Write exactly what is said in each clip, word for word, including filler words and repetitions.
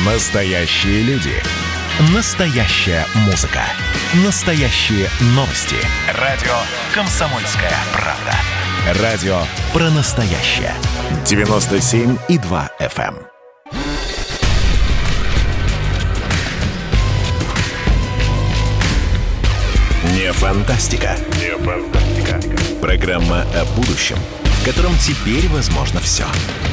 Настоящие люди. Настоящая музыка. Настоящие новости. Радио «Комсомольская правда». Радио про настоящее. девяносто семь и два эф эм. Не фантастика. Не фантастика. Программа о будущем, в котором теперь возможно все.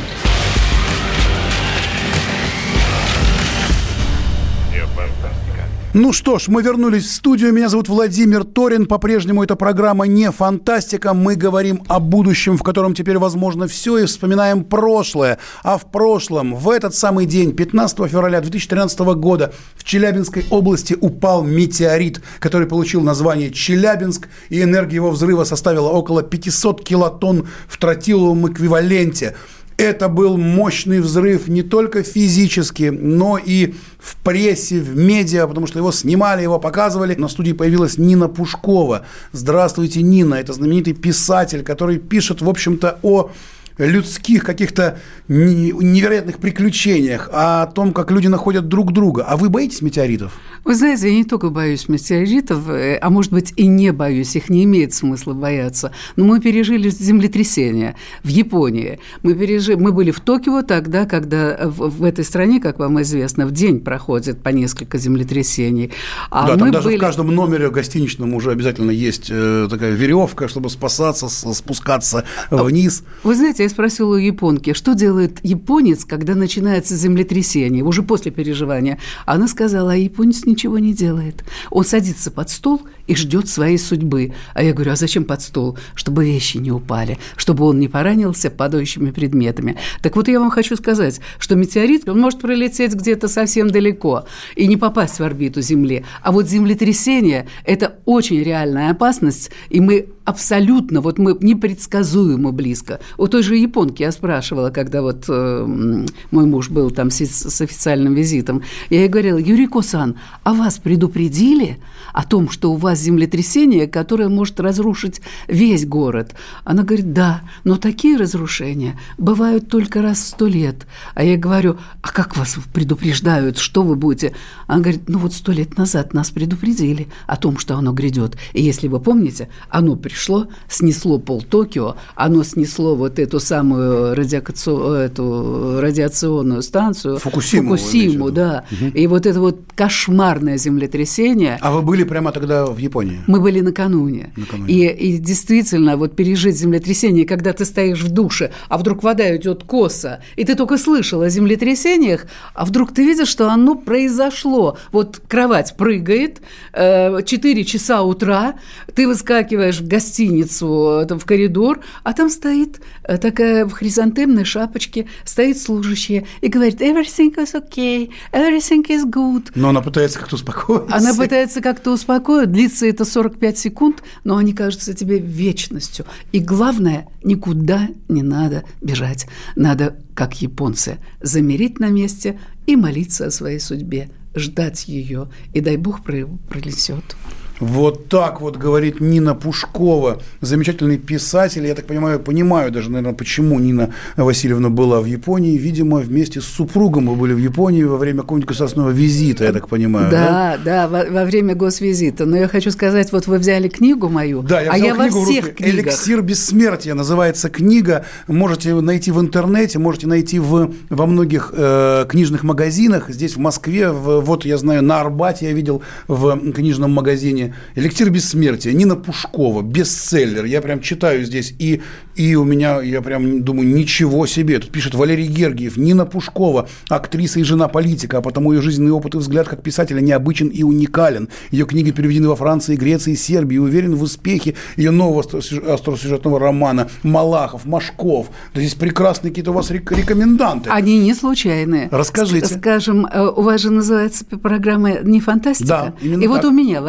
Ну что ж, мы вернулись в студию. Меня зовут Владимир Торин. По-прежнему эта программа «Не фантастика». Мы говорим о будущем, в котором теперь возможно все, и вспоминаем прошлое. А в прошлом, в этот самый день, пятнадцатого февраля две тысячи тринадцатого года, в Челябинской области упал метеорит, который получил название Челябинск, и энергия его взрыва составила около пятьсот килотонн в тротиловом эквиваленте. Это был мощный взрыв не только физически, но и в прессе, в медиа, потому что его снимали, его показывали. На студии появилась Нина Пушкова. Здравствуйте, Нина. Это знаменитый писатель, который пишет, в общем-то, о людских каких-то невероятных приключениях, о том, как люди находят друг друга. А вы боитесь метеоритов? Вы знаете, я не только боюсь метеоритов, а может быть и не боюсь, их не имеет смысла бояться. Но мы пережили землетрясение в Японии. Мы, пережили, мы были в Токио тогда, когда в, в этой стране, как вам известно, в день проходит по несколько землетрясений. А да, мы там даже были... в каждом номере гостиничном уже обязательно есть э, такая веревка, чтобы спасаться, спускаться вниз. Вы знаете, я спросила у японки, что делает японец, когда начинается землетрясение, уже после переживания. Она сказала, а японец ничего не делает. Он садится под стол и ждет своей судьбы. А я говорю, а зачем под стол? Чтобы вещи не упали, чтобы он не поранился падающими предметами. Так вот, я вам хочу сказать, что метеорит, он может пролететь где-то совсем далеко и не попасть в орбиту Земли. А вот землетрясение – это очень реальная опасность, и мы абсолютно, вот мы непредсказуемо близко. У той же японки я спрашивала, когда вот э, мой муж был там с, с официальным визитом, я ей говорила, Юрико-сан, а вас предупредили о том, что у вас землетрясение, которое может разрушить весь город? Она говорит, да, но такие разрушения бывают только раз в сто лет. А я говорю, а как вас предупреждают, что вы будете? Она говорит, ну вот сто лет назад нас предупредили о том, что оно грядет. И если вы помните, оно пришло, снесло пол Токио, оно снесло вот эту самую радиацию, эту радиационную станцию. Фукусиму. Фукусиму, да. Угу. И вот это вот кошмарное землетрясение. А вы были прямо тогда в Японии? Мы были накануне. накануне. И, и действительно, вот пережить землетрясение, когда ты стоишь в душе, а вдруг вода идет косо, и ты только слышал о землетрясениях, а вдруг ты видишь, что оно произошло. Вот кровать прыгает, четыре часа утра, ты выскакиваешь в гостиницу, в коридор, а там стоит такая в хризантемной шапочке, стоит служащая и говорит, everything is okay, everything is good. Но она пытается как-то успокоить. Она пытается как-то успокоить, длится это сорок пять секунд, но они кажутся тебе вечностью. И главное, никуда не надо бежать. Надо, как японцы, замереть на месте и молиться о своей судьбе, ждать ее, и дай Бог пролетит. Вот так вот говорит Нина Пушкова, замечательный писатель. Я так понимаю, понимаю даже, наверное, почему Нина Васильевна была в Японии. Видимо, вместе с супругом вы были в Японии во время какого-нибудь государственного визита, я так понимаю. Да, да, да во, во время госвизита. Но я хочу сказать, вот вы взяли книгу мою, да, я а я книгу во всех книгах. «Эликсир бессмертия» называется книга. Можете найти в интернете, можете найти в, во многих э, книжных магазинах. Здесь, в Москве, в, вот я знаю, на Арбате я видел в книжном магазине. «Эликсир бессмертия», Нина Пушкова, бестселлер. Я прям читаю здесь, и, и у меня, я прям думаю, ничего себе. Тут пишет Валерий Гергиев, Нина Пушкова, актриса и жена политика, а потому ее жизненный опыт и взгляд как писателя необычен и уникален. Ее книги переведены во Франции, Греции и Сербии. Уверен в успехе ее нового остросюжетного романа «Малахов», «Машков». Да здесь прекрасные какие-то у вас рекоменданты. Они не случайные. Расскажите. Скажем, у вас же называется программа «Не фантастика». Да, именно и так. Вот у меня во всех книгах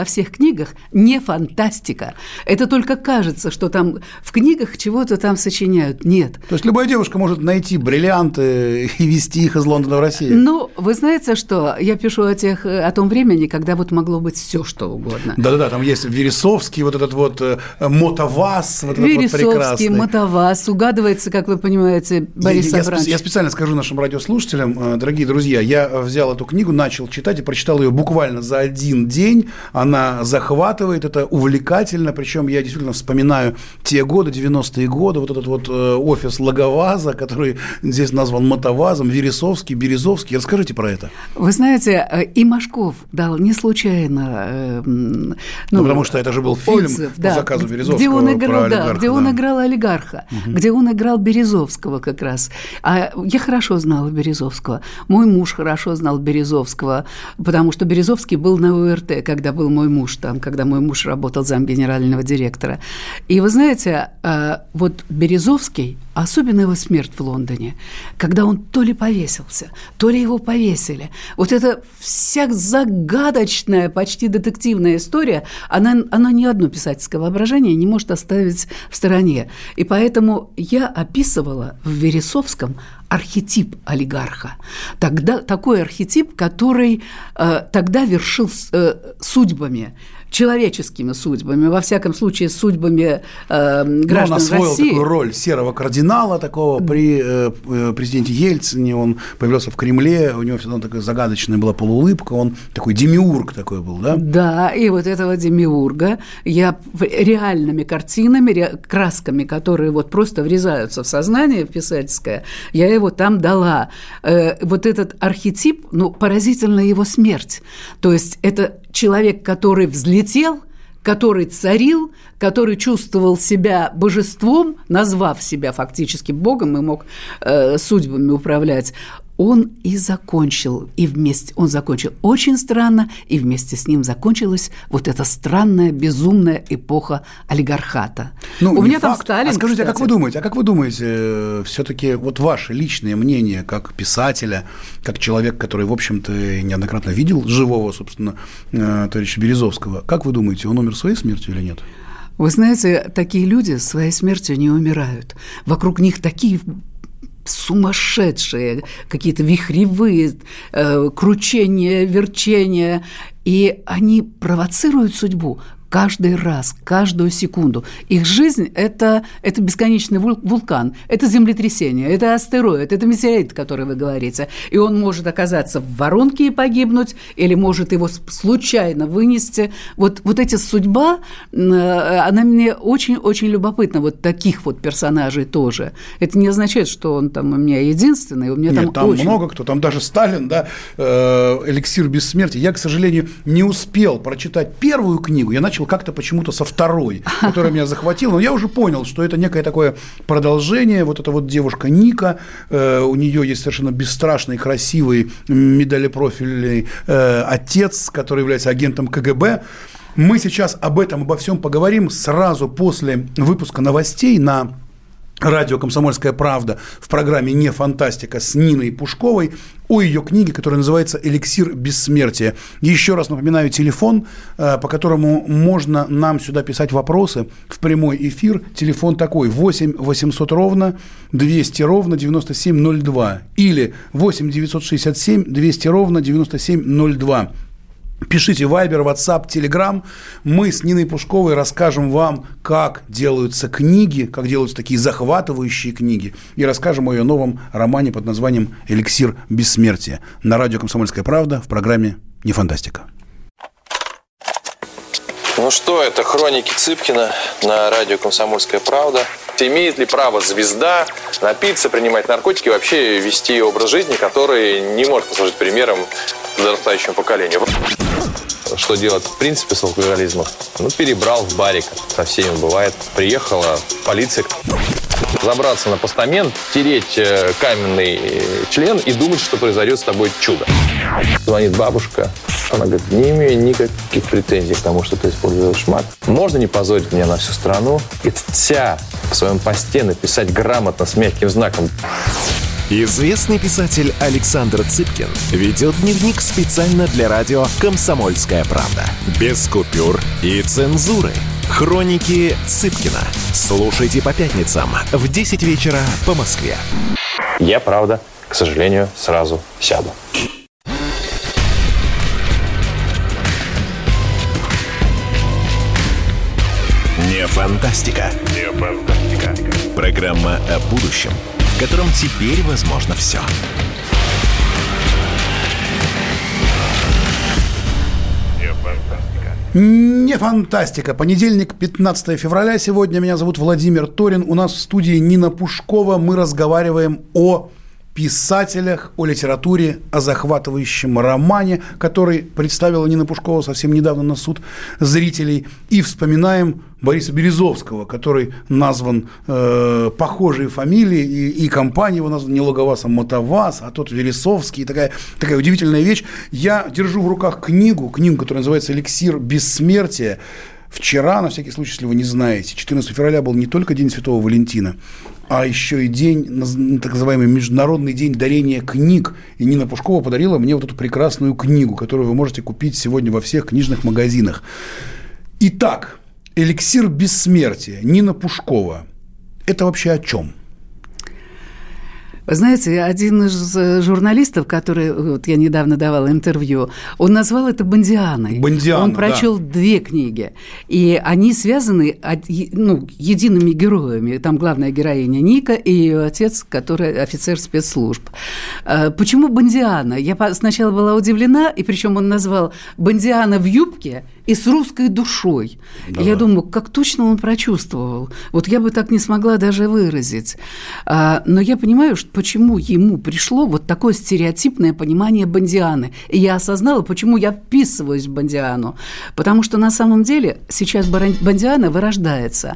книгах не фантастика. Это только кажется, что там в книгах чего-то там сочиняют. Нет. То есть любая девушка может найти бриллианты и везти их из Лондона в Россию? Ну, вы знаете, что я пишу о, тех, о том времени, когда вот могло быть все, что угодно. Да-да-да, там есть Вересовский, вот этот вот э, мотоваз, вот Вересовский, вот прекрасный. мотоваз, угадывается, как вы понимаете, Борис я, Абрамович. Я, я специально скажу нашим радиослушателям, дорогие друзья, я взял эту книгу, начал читать и прочитал ее буквально за один день. Она захватывает, это увлекательно, причем я действительно вспоминаю те годы, девяностые годы, вот этот вот офис Логоваза, который здесь назван мотовазом, Вересовский, Березовский. Расскажите про это. Вы знаете, и Машков дал не случайно. Ну, ну, потому что это же был фильм отзыв, по да, заказу Березовского где он играл, про олигарха. Да, где да. он играл олигарха, угу. где он играл Березовского как раз. А я хорошо знала Березовского. Мой муж хорошо знал Березовского, потому что Березовский был на ОРТ, когда был мой муж там, когда мой муж работал зам генерального директора. И вы знаете, вот Березовский, особенно его смерть в Лондоне, когда он то ли повесился, то ли его повесили. Вот эта вся загадочная, почти детективная история, она, она ни одно писательское воображение не может оставить в стороне. И поэтому я описывала в Вересовском архетип олигарха. Тогда, такой архетип, который э, тогда вершил э, судьбами, человеческими судьбами, во всяком случае, судьбами э, граждан России. Он освоил такую роль серого кардинала такого при э, президенте Ельцине, он появлялся в Кремле, у него всегда такая загадочная была полуулыбка, он такой демиург такой был, да? Да, и вот этого демиурга я реальными картинами, ре, красками, которые вот просто врезаются в сознание писательское, я его там дала. Э, вот этот архетип, ну, поразительна его смерть. То есть это человек, который взлетел, который царил, который чувствовал себя божеством, назвав себя фактически богом и мог э, судьбами управлять, он и закончил, и вместе он закончил очень странно, и вместе с ним закончилась вот эта странная, безумная эпоха олигархата. Ну, У меня факт. там Сталин, А скажите, кстати. а как вы думаете, а как вы думаете, все-таки вот ваше личное мнение как писателя, как человек, который, в общем-то, неоднократно видел живого, собственно, товарища Березовского, как вы думаете, он умер своей смертью или нет? Вы знаете, такие люди своей смертью не умирают. Вокруг них такие сумасшедшие, какие-то вихревые э, кручения, верчения, и они провоцируют судьбу каждый раз, каждую секунду. Их жизнь – это, это бесконечный вулкан, это землетрясение, это астероид, это метеорит, который вы говорите. И он может оказаться в воронке и погибнуть, или может его случайно вынести. Вот, вот эта судьба, она мне очень-очень любопытна, вот таких вот персонажей тоже. Это не означает, что он там у меня единственный, у меня Нет, там, там очень... много кто, там даже Сталин, да, «Эликсир бессмертия». Я, к сожалению, не успел прочитать первую книгу, я начал как-то почему-то со второй, которая меня захватила, но я уже понял, что это некое такое продолжение. Вот эта вот девушка Ника, э, у нее есть совершенно бесстрашный, красивый, медалепрофильный э, отец, который является агентом ка гэ бэ. Мы сейчас об этом, обо всем поговорим сразу после выпуска новостей на радио «Комсомольская правда» в программе «Не фантастика» с Ниной Пушковой о ее книге, которая называется «Эликсир бессмертия». Еще раз напоминаю телефон, по которому можно нам сюда писать вопросы в прямой эфир. Телефон такой: восемь восемьсот ровно двести ровно девяносто семь ноль два или восемь девятьсот шестьдесят семь двести ровно девяносто семь ноль два. Пишите Вайбер, Ватсап, Телеграм. Мы с Ниной Пушковой расскажем вам, как делаются книги, как делаются такие захватывающие книги, и расскажем о ее новом романе под названием «Эликсир бессмертия» на радио «Комсомольская правда» в программе «Не фантастика». Ну что, это хроники Цыпкина на радио «Комсомольская правда». Имеет ли право звезда напиться, принимать наркотики и вообще вести образ жизни, который не может послужить примером подрастающему поколению? Что делать в принципе с алкоголизмом? Ну, перебрал в барик, со всеми бывает. Приехала полиция. Забраться на постамент, тереть каменный член и думать, что произойдет с тобой чудо. Звонит бабушка. Она говорит: не имею никаких претензий к тому, что ты используешь мат. Можно не позорить меня на всю страну и вся в своем посте написать грамотно с мягким знаком. Известный писатель Александр Цыпкин ведет дневник специально для радио «Комсомольская правда». Без купюр и цензуры. Хроники Цыпкина. Слушайте по пятницам в десять вечера по Москве. Я, правда, к сожалению, сразу сяду. Не фантастика. Не фантастика. Программа о будущем, в котором теперь возможно все. Не фантастика. Понедельник, пятнадцатое февраля. Сегодня меня зовут Владимир Торин. У нас в студии Нина Пушкова. Мы разговариваем о писателях, о литературе, о захватывающем романе, который представила Нина Пушкова совсем недавно на суд зрителей. И вспоминаем Бориса Березовского, который назван э, похожей фамилией, и, и компания его названа не Логоваз, а Мотоваз, а тот Вересовский. Такая, такая удивительная вещь. Я держу в руках книгу, книгу, которая называется «Эликсир бессмертия». Вчера, на всякий случай, если вы не знаете, четырнадцатого февраля был не только День Святого Валентина, а еще и день, так называемый Международный день дарения книг. И Нина Пушкова подарила мне вот эту прекрасную книгу, которую вы можете купить сегодня во всех книжных магазинах. Итак, «Эликсир бессмертия», Нина Пушкова. Это вообще о чем? Вы знаете, один из журналистов, который, вот я недавно давала интервью, он назвал это Бондианой. Бондиана, он прочел да. две книги, и они связаны ну, едиными героями. Там главная героиня Ника и ее отец, который офицер спецслужб. Почему Бондиана? Я сначала была удивлена, и причем он назвал Бондиана в юбке и с русской душой. Да. Я думаю, как точно он прочувствовал. Вот я бы так не смогла даже выразить. Но я понимаю, что почему ему пришло вот такое стереотипное понимание Бондианы. И я осознала, почему я вписываюсь в Бондиану. Потому что на самом деле сейчас Бондиана вырождается.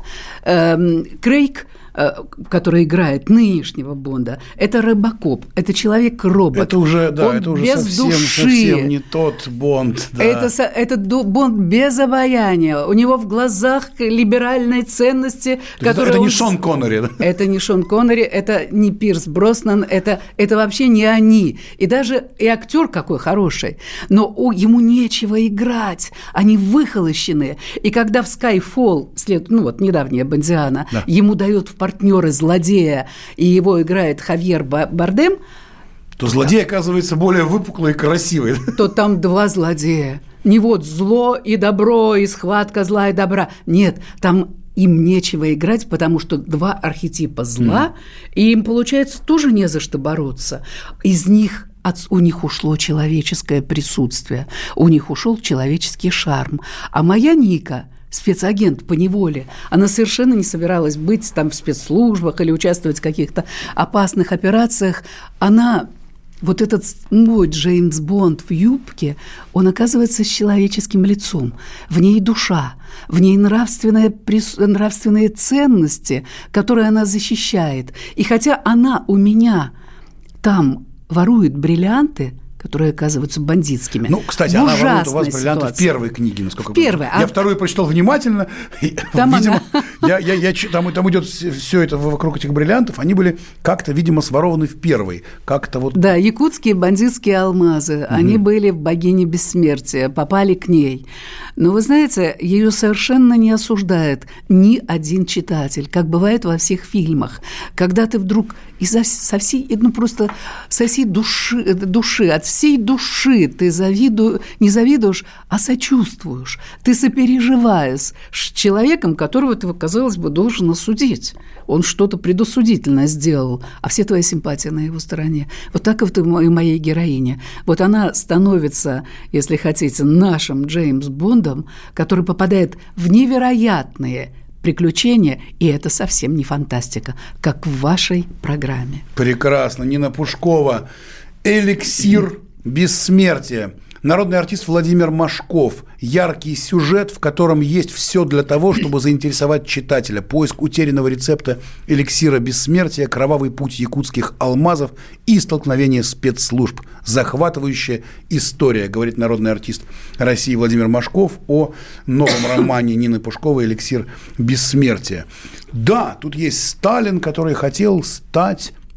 Крейг, который играет нынешнего Бонда, это робокоп, это человек-робот. Это уже, да, он это уже без совсем, души. совсем не тот Бонд. Да. Это, это Бонд без обаяния. У него в глазах либеральные ценности, которые... Это, это он... не Шон Коннери. Да? Это не Шон Коннери, это не Пирс Броснан, это, это вообще не они. И даже и актер какой хороший, но о, ему нечего играть. Они выхолощены. И когда в Skyfall, след, ну вот недавняя Бондиана, да. ему дают в партнеры злодея, и его играет Хавьер Бардем, то злодей оказывается более выпуклый и красивый. То там два злодея. Не вот зло и добро, и схватка зла и добра. Нет, там им нечего играть, потому что два архетипа зла, mm. и им, получается, тоже не за что бороться. Из них... От, у них ушло человеческое присутствие, у них ушел человеческий шарм. А моя Ника, спецагент по неволе, она совершенно не собиралась быть там в спецслужбах или участвовать в каких-то опасных операциях. Она, вот этот мой Джеймс Бонд в юбке, он оказывается с человеческим лицом. В ней душа, в ней нравственные, нравственные ценности, которые она защищает. И хотя она у меня там ворует бриллианты, которые оказываются бандитскими. Ну, кстати, она ворует у вас бриллианты в первой книге, насколько я понимаю. Я а... вторую прочитал внимательно. Там видимо, я, я, я, там, там идет все это вокруг этих бриллиантов. Они были как-то, видимо, сворованы в первой. Как-то вот... Да, якутские бандитские алмазы. Угу. Они были в «Богине бессмертия», попали к ней. Но, вы знаете, ее совершенно не осуждает ни один читатель, как бывает во всех фильмах. Когда ты вдруг из-за, со всей, ну, просто со всей души, души, от всей души ты завиду, не завидуешь, а сочувствуешь. Ты сопереживаешь с человеком, которого ты, казалось бы, должен осудить. Он что-то предосудительно сделал, а все твои симпатии на его стороне. Вот так вот и моей героине. Вот она становится, если хотите, нашим Джеймс Бондом, который попадает в невероятные приключения, и это совсем не фантастика, как в вашей программе. Прекрасно. Нина Пушкова. «Эликсир бессмертия». Народный артист Владимир Машков. Яркий сюжет, в котором есть все для того, чтобы заинтересовать читателя. Поиск утерянного рецепта эликсира бессмертия, кровавый путь якутских алмазов и столкновение спецслужб. Захватывающая история, говорит народный артист России Владимир Машков о новом романе Нины Пушковой «Эликсир бессмертия». Да, тут есть Сталин, который хотел стать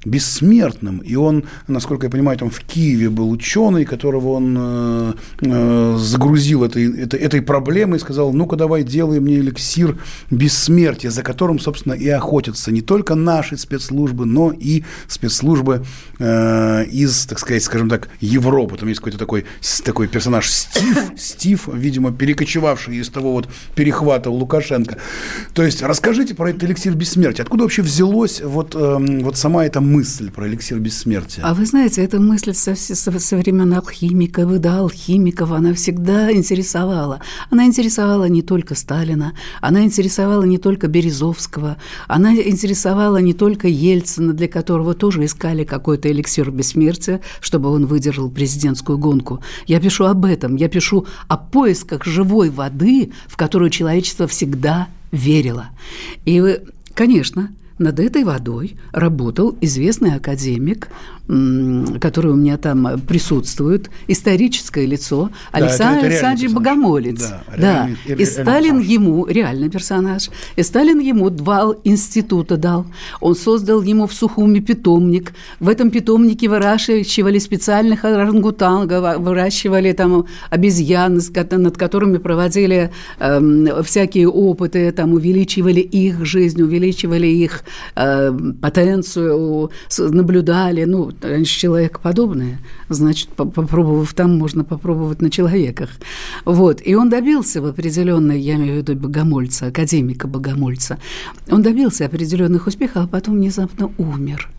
бессмертным. И он, насколько я понимаю, там в Киеве был ученый, которого он э, э, загрузил этой, этой, этой проблемой и сказал: ну-ка давай делай мне эликсир бессмертия, за которым, собственно, и охотятся не только наши спецслужбы, но и спецслужбы э, из, так сказать, скажем так, Европы. Там есть какой-то такой, такой персонаж Стив, Стив, видимо, перекочевавший из того вот перехвата у Лукашенко. То есть расскажите про этот эликсир бессмертия. Откуда вообще взялась вот, э, вот сама эта мысль про эликсир бессмертия? А вы знаете, эта мысль со, со, со времен алхимиков, да, алхимиков, она всегда интересовала. Она интересовала не только Сталина, она интересовала не только Березовского, она интересовала не только Ельцина, для которого тоже искали какой-то эликсир бессмертия, чтобы он выдержал президентскую гонку. Я пишу об этом, я пишу о поисках живой воды, в которую человечество всегда верило. И, конечно, над этой водой работал известный академик, который у меня там присутствует, историческое лицо, да, Александр Александрович Богомолец. Да, да. Реальный, и Сталин персонаж. ему, реальный персонаж, и Сталин ему два института дал. Он создал ему в Сухуми питомник. В этом питомнике выращивали специальных орангутангов, выращивали там обезьян, над которыми проводили э, всякие опыты, там увеличивали их жизнь, увеличивали их э, потенцию, наблюдали, ну, раньше человекоподобные, значит, попробовав там, можно попробовать на человеках. Вот. И он добился в определенной, я имею в виду Богомольца, академика Богомольца, он добился определенных успехов, а потом внезапно умер.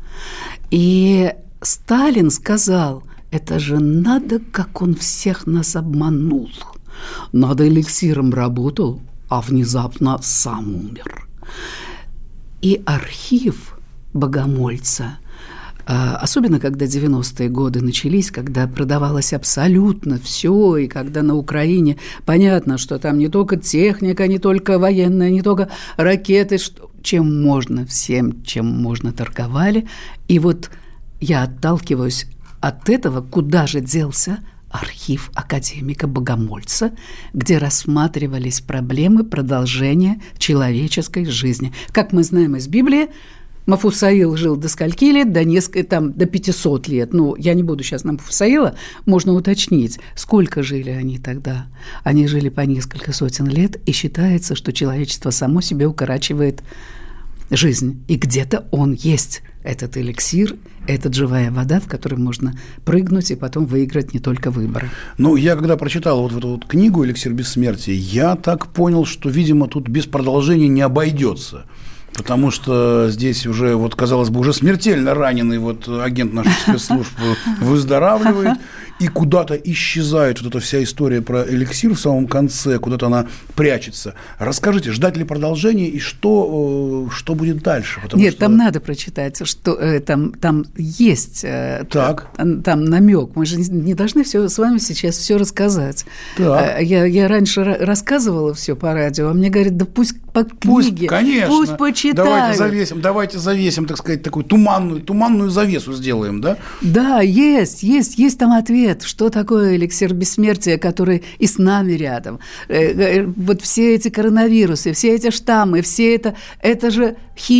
И Сталин сказал: это же надо, как он всех нас обманул. Над эликсиром работал, а внезапно сам умер. И архив Богомольца, особенно когда девяностые годы начались, когда продавалось абсолютно все, и когда на Украине понятно, что там не только техника, не только военная, не только ракеты, что, чем можно, всем, чем можно торговали. И вот я отталкиваюсь от этого, куда же делся архив академика Богомольца, где рассматривались проблемы продолжения человеческой жизни. Как мы знаем из Библии, Мафусаил жил до скольки лет? До несколько, там, до пятисот лет. Ну, я не буду сейчас на Мафусаила, можно уточнить, сколько жили они тогда. Они жили по несколько сотен лет, и считается, что человечество само себе укорачивает жизнь. И где-то он есть, этот эликсир, этот живая вода, в которой можно прыгнуть и потом выиграть не только выборы. Ну, я когда прочитал вот эту вот книгу «Эликсир бессмертия», я так понял, что, видимо, тут без продолжения не обойдется. Потому что здесь уже, вот, казалось бы, уже смертельно раненый вот агент наших спецслужб выздоравливает, и куда-то исчезает вот эта вся история про эликсир в самом конце, куда-то она прячется. Расскажите, ждать ли продолжения и что, что будет дальше? Потому Нет, что... там надо прочитать, что э, там, там есть так. там намек. Мы же не должны все, с вами сейчас все рассказать. Так. Я, я раньше рассказывала все по радио, а мне говорят: да пусть по книге, пусть, конечно. Пусть почитают. Давайте завесим, давайте завесим, так сказать, такую туманную, туманную завесу сделаем, да? Да, есть, есть, есть там ответ. Что такое эликсир бессмертия, который и с нами рядом? Вот все эти коронавирусы, все эти штаммы, все это, это же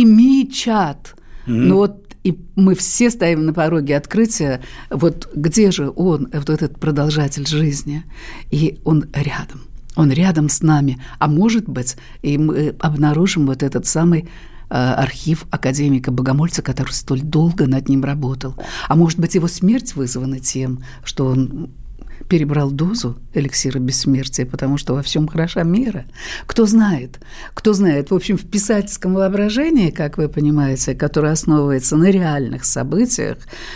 химичат. Mm-hmm. Ну вот и мы все стоим на пороге открытия. Вот где же он, вот этот продолжатель жизни? И он рядом. Он рядом с нами. А может быть, и мы обнаружим вот этот самый архив академика Богомольца, который столь долго над ним работал. А может быть, его смерть вызвана тем, что он перебрал дозу эликсира бессмертия, потому что во всем хороша мера. Кто знает? Кто знает? В общем, в писательском воображении, как вы понимаете, которое основывается на реальных событиях,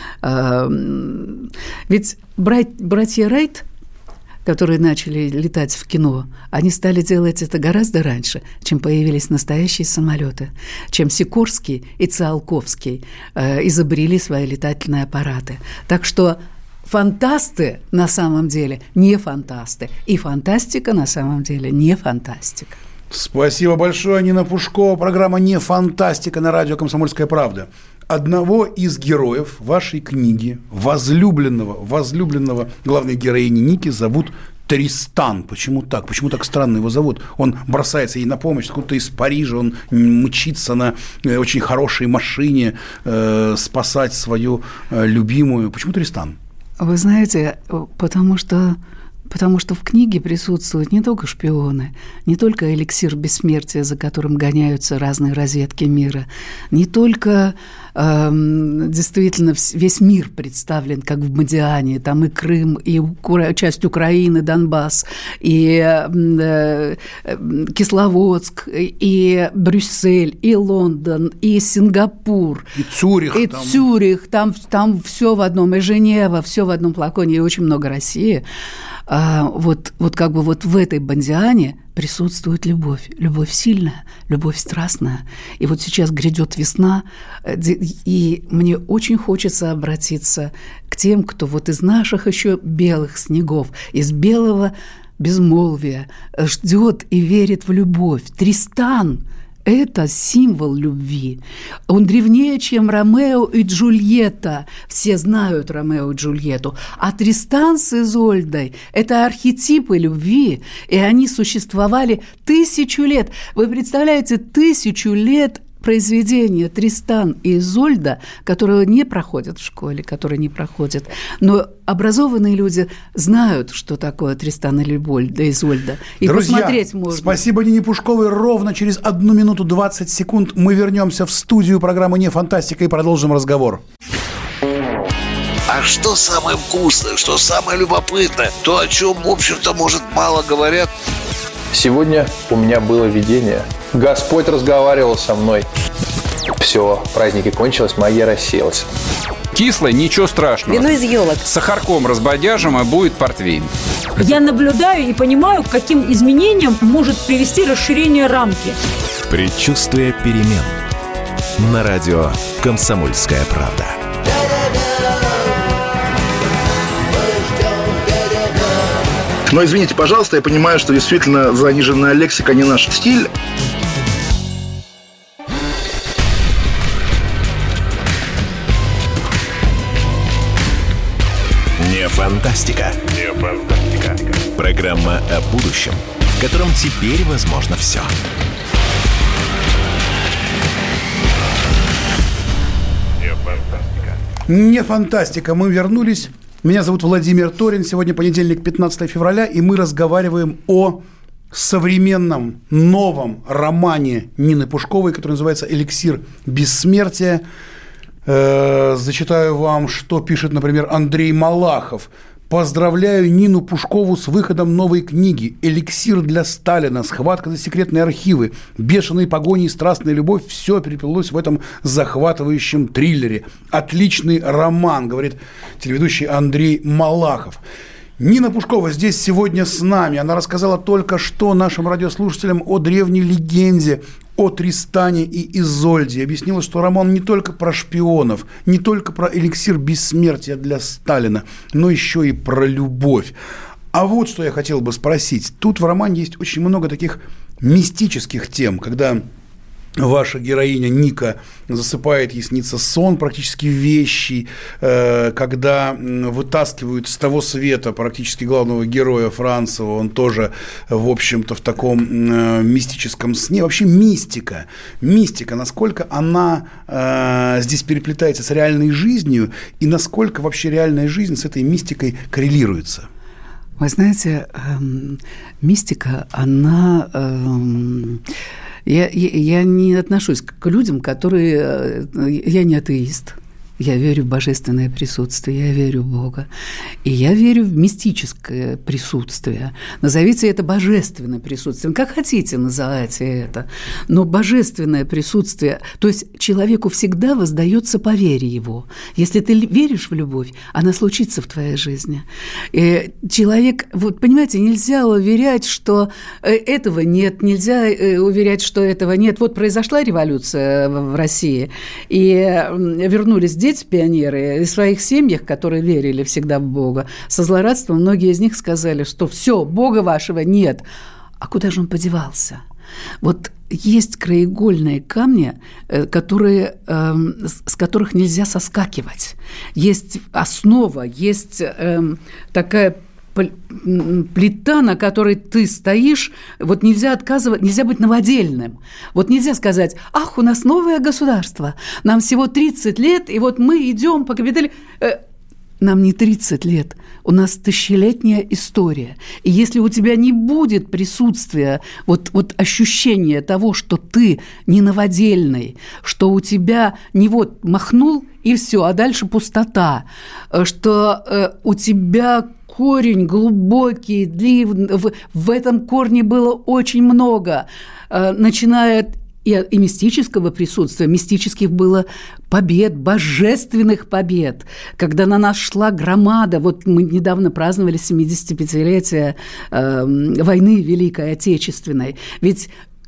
ведь братья Райт, которые начали летать в кино, они стали делать это гораздо раньше, чем появились настоящие самолеты, чем Сикорский и Циолковский э, изобрели свои летательные аппараты. Так что фантасты на самом деле не фантасты, и фантастика на самом деле не фантастика. Спасибо большое, Нина Пушкова. Программа «Не фантастика» на радио «Комсомольская правда». Одного из героев вашей книги, возлюбленного, возлюбленного главной героини Ники, зовут Тристан. Почему так? Почему так странно его зовут? Он бросается ей на помощь, откуда-то из Парижа, он мчится на очень хорошей машине э, спасать свою э, любимую. Почему Тристан? Вы знаете, потому что... Потому что в книге присутствуют не только шпионы, не только эликсир бессмертия, за которым гоняются разные разведки мира, не только э, действительно весь мир представлен, как в Мадиане, там и Крым, и часть Украины, Донбасс, и э, Кисловодск, и Брюссель, и Лондон, и Сингапур. И Цюрих. И там. Цюрих, там, там все в одном, и Женева, все в одном флаконе, и очень много России. А, вот, вот как бы вот в этой Бондиане присутствует любовь. Любовь сильная, любовь страстная. И вот сейчас грядет весна, и мне очень хочется обратиться к тем, кто вот из наших еще белых снегов, из белого безмолвия ждет и верит в любовь. Тристан – это символ любви. Он древнее, чем Ромео и Джульетта. Все знают Ромео и Джульетту. А Тристан с Изольдой – это архетипы любви. И они существовали тысячу лет. Вы представляете, тысячу лет произведения «Тристан и Изольда», которого не проходят в школе, которые не проходят. Но образованные люди знают, что такое «Тристан и Изольда». И друзья, посмотреть можно. Спасибо Нине Пушковой. Ровно через одну минуту двадцать секунд мы вернемся в студию программы «Не фантастика» и продолжим разговор. А что самое вкусное, что самое любопытное, то, о чем, в общем-то, может, мало говорят? Сегодня у меня было видение. Господь разговаривал со мной. Все, праздники кончились, магия рассеялась. Кислое, ничего страшного. Вино из елок. С сахарком разбодяжим, и будет портвейн. Я наблюдаю и понимаю, к каким изменениям может привести расширение рамки. Предчувствие перемен. На радио «Комсомольская правда». Но извините, пожалуйста, я понимаю, что действительно заниженная лексика не наш стиль. Не фантастика. Не фантастика. Программа о будущем, в котором теперь возможно все. Не фантастика. Не фантастика. Мы вернулись. Меня зовут Владимир Торин. Сегодня понедельник, пятнадцатое февраля, и мы разговариваем о современном новом романе Нины Пушковой, который называется «Эликсир бессмертия». Э-э, зачитаю вам, что пишет, например, Андрей Малахов. Поздравляю Нину Пушкову с выходом новой книги «Эликсир для Сталина. Схватка за секретные архивы. Бешеные погони и страстная любовь». Все переплелось в этом захватывающем триллере. Отличный роман, говорит телеведущий Андрей Малахов. Нина Пушкова здесь сегодня с нами. Она рассказала только что нашим радиослушателям о древней легенде о Тристане и Изольде. Объяснила, что роман не только про шпионов, не только про эликсир бессмертия для Сталина, но еще и про любовь. А вот что я хотел бы спросить. Тут в романе есть очень много таких мистических тем, когда ваша героиня Ника засыпает, ей снится сон практически вещий, когда вытаскивают с того света практически главного героя Францева, он тоже, в общем-то, в таком мистическом сне. Вообще мистика, мистика, насколько она здесь переплетается с реальной жизнью и насколько вообще реальная жизнь с этой мистикой коррелируется? Вы знаете, эм, мистика, она... Эм, Я, я, я не отношусь к людям, которые... Я не атеист. Я верю в божественное присутствие, я верю в Бога. И я верю в мистическое присутствие. Назовите это божественным присутствием. Как хотите, называйте это. Но божественное присутствие... То есть человеку всегда воздается по вере его. Если ты веришь в любовь, она случится в твоей жизни. И человек... Вот, понимаете, нельзя уверять, что этого нет. Нельзя уверять, что этого нет. Вот произошла революция в России, и вернулись дети-пионеры из своих семьях, которые верили всегда в Бога, со злорадством многие из них сказали, что все, Бога вашего нет. А куда же он подевался? Вот есть краеугольные камни, которые, с которых нельзя соскакивать. Есть основа, есть такая плита, на которой ты стоишь, вот нельзя отказывать, нельзя быть новодельным. Вот нельзя сказать: ах, у нас новое государство, нам всего тридцать лет, и вот мы идем по капитали... Нам не тридцать лет, у нас тысячелетняя история. И если у тебя не будет присутствия, вот, вот ощущения того, что ты не новодельный, что у тебя не вот махнул и все, а дальше пустота, что э, у тебя корень глубокий, длинный, в, в этом корне было очень много, э, начиная и, и мистического присутствия, мистических было побед, божественных побед, когда на нас шла громада. Вот мы недавно праздновали семидесятипятилетие э, войны Великой Отечественной. Ведь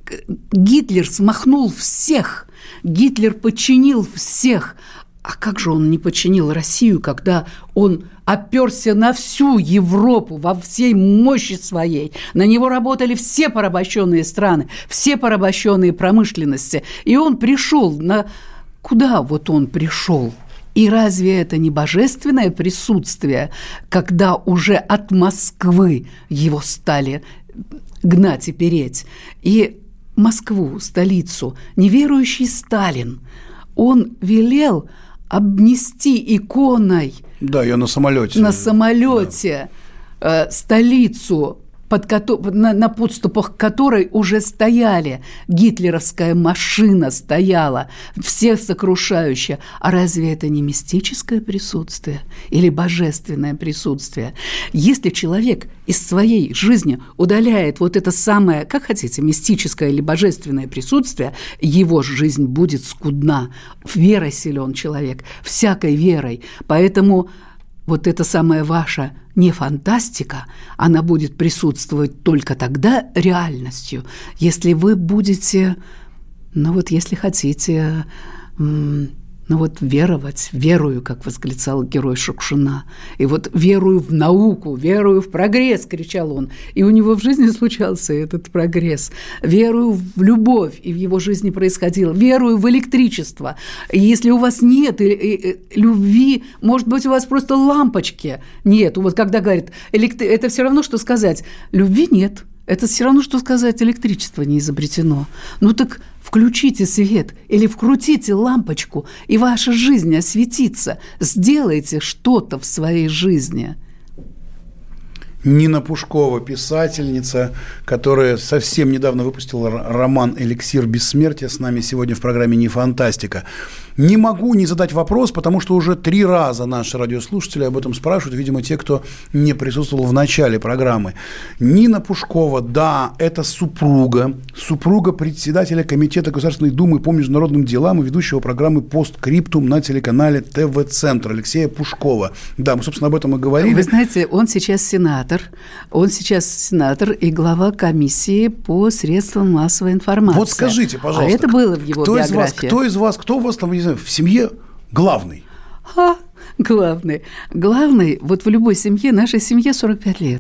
Гитлер смахнул всех, Гитлер подчинил всех. А как же он не подчинил Россию, когда он оперся на всю Европу во всей мощи своей? На него работали все порабощенные страны, все порабощенные промышленности. И он пришел на... Куда вот он пришел? И разве это не божественное присутствие, когда уже от Москвы его стали гнать и переть? И Москву, столицу, неверующий Сталин, он велел обнести иконой, да, ее на самолете, на самолете да. э, столицу, под ко- на, на подступах которой уже стояли, гитлеровская машина стояла, всех сокрушающая. А разве это не мистическое присутствие или божественное присутствие? Если человек из своей жизни удаляет вот это самое, как хотите, мистическое или божественное присутствие, его жизнь будет скудна. Верой силен человек, всякой верой. Поэтому вот эта самая ваша не фантастика, она будет присутствовать только тогда реальностью, если вы будете, ну вот если хотите, ну вот веровать, верую, как восклицал герой Шукшина. И вот верую в науку, верую в прогресс, кричал он. И у него в жизни случался этот прогресс. Верую в любовь, и в его жизни происходило. Верую в электричество. И если у вас нет любви, может быть, у вас просто лампочки нет. Вот когда говорят, это все равно, что сказать, любви нет. Это все равно, что сказать, электричество не изобретено. Ну так включите свет или вкрутите лампочку, и ваша жизнь осветится. Сделайте что-то в своей жизни. Нина Пушкова, писательница, которая совсем недавно выпустила роман «Эликсир бессмертия», с нами сегодня в программе «Не фантастика». Не могу не задать вопрос, потому что уже три раза наши радиослушатели об этом спрашивают, видимо, те, кто не присутствовал в начале программы. Нина Пушкова, да, это супруга, супруга председателя Комитета Государственной Думы по международным делам и ведущего программы «Посткриптум» на телеканале ТВ-центр Алексея Пушкова. Да, мы, собственно, об этом и говорили. Вы знаете, он сейчас сенатор, он сейчас сенатор и глава комиссии по средствам массовой информации. Вот скажите, пожалуйста. А это было в его кто биографии. Из вас, кто из вас, кто у вас там, не знаю, в семье главный? А, главный. Главный, вот в любой семье, нашей семье сорок пять лет.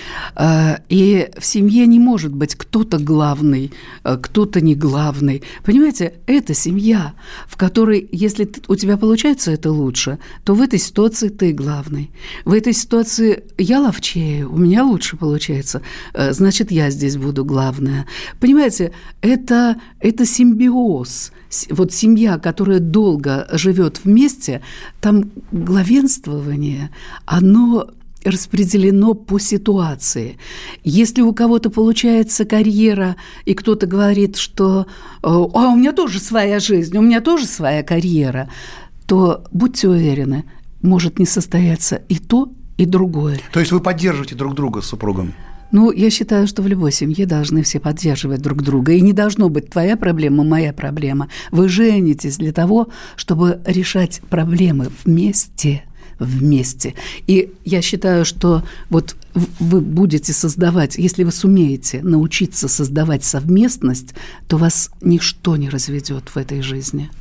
И в семье не может быть кто-то главный, кто-то не главный. Понимаете, это семья, в которой, если у тебя получается это лучше, то в этой ситуации ты главный. В этой ситуации я ловчее, у меня лучше получается, значит, я здесь буду главная. Понимаете, это, это симбиоз. Вот семья, которая долго живет вместе, там главенствование, оно распределено по ситуации. Если у кого-то получается карьера, и кто-то говорит, что «а у меня тоже своя жизнь, у меня тоже своя карьера», то будьте уверены, может не состояться и то, и другое. То есть вы поддерживаете друг друга с супругом? Ну, я считаю, что в любой семье должны все поддерживать друг друга. И не должно быть твоя проблема, моя проблема. Вы женитесь для того, чтобы решать проблемы вместе. вместе. И я считаю, что вот вы будете создавать, если вы сумеете научиться создавать совместность, то вас ничто не разведет в этой жизни.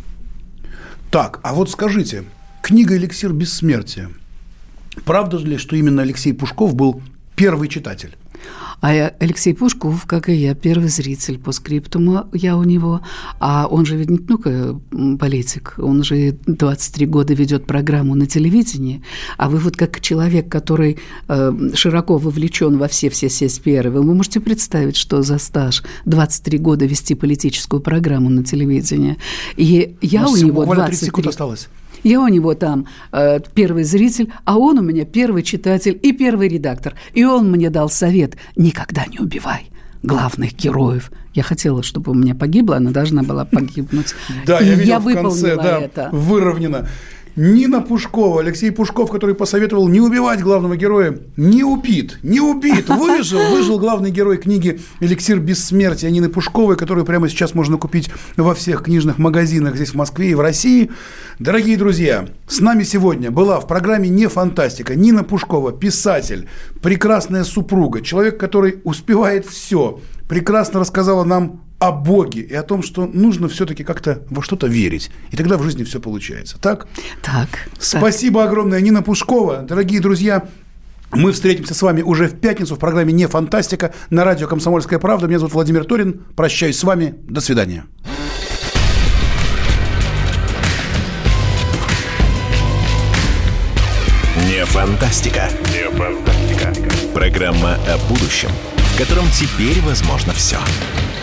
Так, а вот скажите, книга «Эликсир бессмертия». Правда ли, что именно Алексей Пушков был первый читатель? А Алексей Пушков, как и я, первый зритель по скриптуму, я у него. А он же ведь не только политик, он же двадцать три года ведет программу на телевидении. А вы вот как человек, который э, широко вовлечен во все-все-все сферы, вы можете представить, что за стаж двадцать три года вести политическую программу на телевидении. И я у, у него буквально двадцать три... тридцать секунд осталось. Я у него там э, первый зритель, а он у меня первый читатель и первый редактор. И он мне дал совет: никогда не убивай главных героев. Я хотела, чтобы у меня погибла, она должна была погибнуть. Да, я видел в конце, да, это. Выровнено. Нина Пушкова, Алексей Пушков, который посоветовал не убивать главного героя, не убит, не убит, выжил, выжил главный герой книги «Эликсир бессмертия» Нины Пушковой, которую прямо сейчас можно купить во всех книжных магазинах здесь в Москве и в России. Дорогие друзья, с нами сегодня была в программе «Не фантастика» Нина Пушкова, писатель, прекрасная супруга, человек, который успевает все, прекрасно рассказала нам о Боге и о том, что нужно все-таки как-то во что-то верить. И тогда в жизни все получается. Так? Так. Спасибо так. огромное, Нина Пушкова. Дорогие друзья, мы встретимся с вами уже в пятницу в программе «Не фантастика» на радио «Комсомольская правда». Меня зовут Владимир Торин. Прощаюсь с вами. До свидания. Не фантастика. Не фантастика. Программа о будущем, в котором теперь возможно все.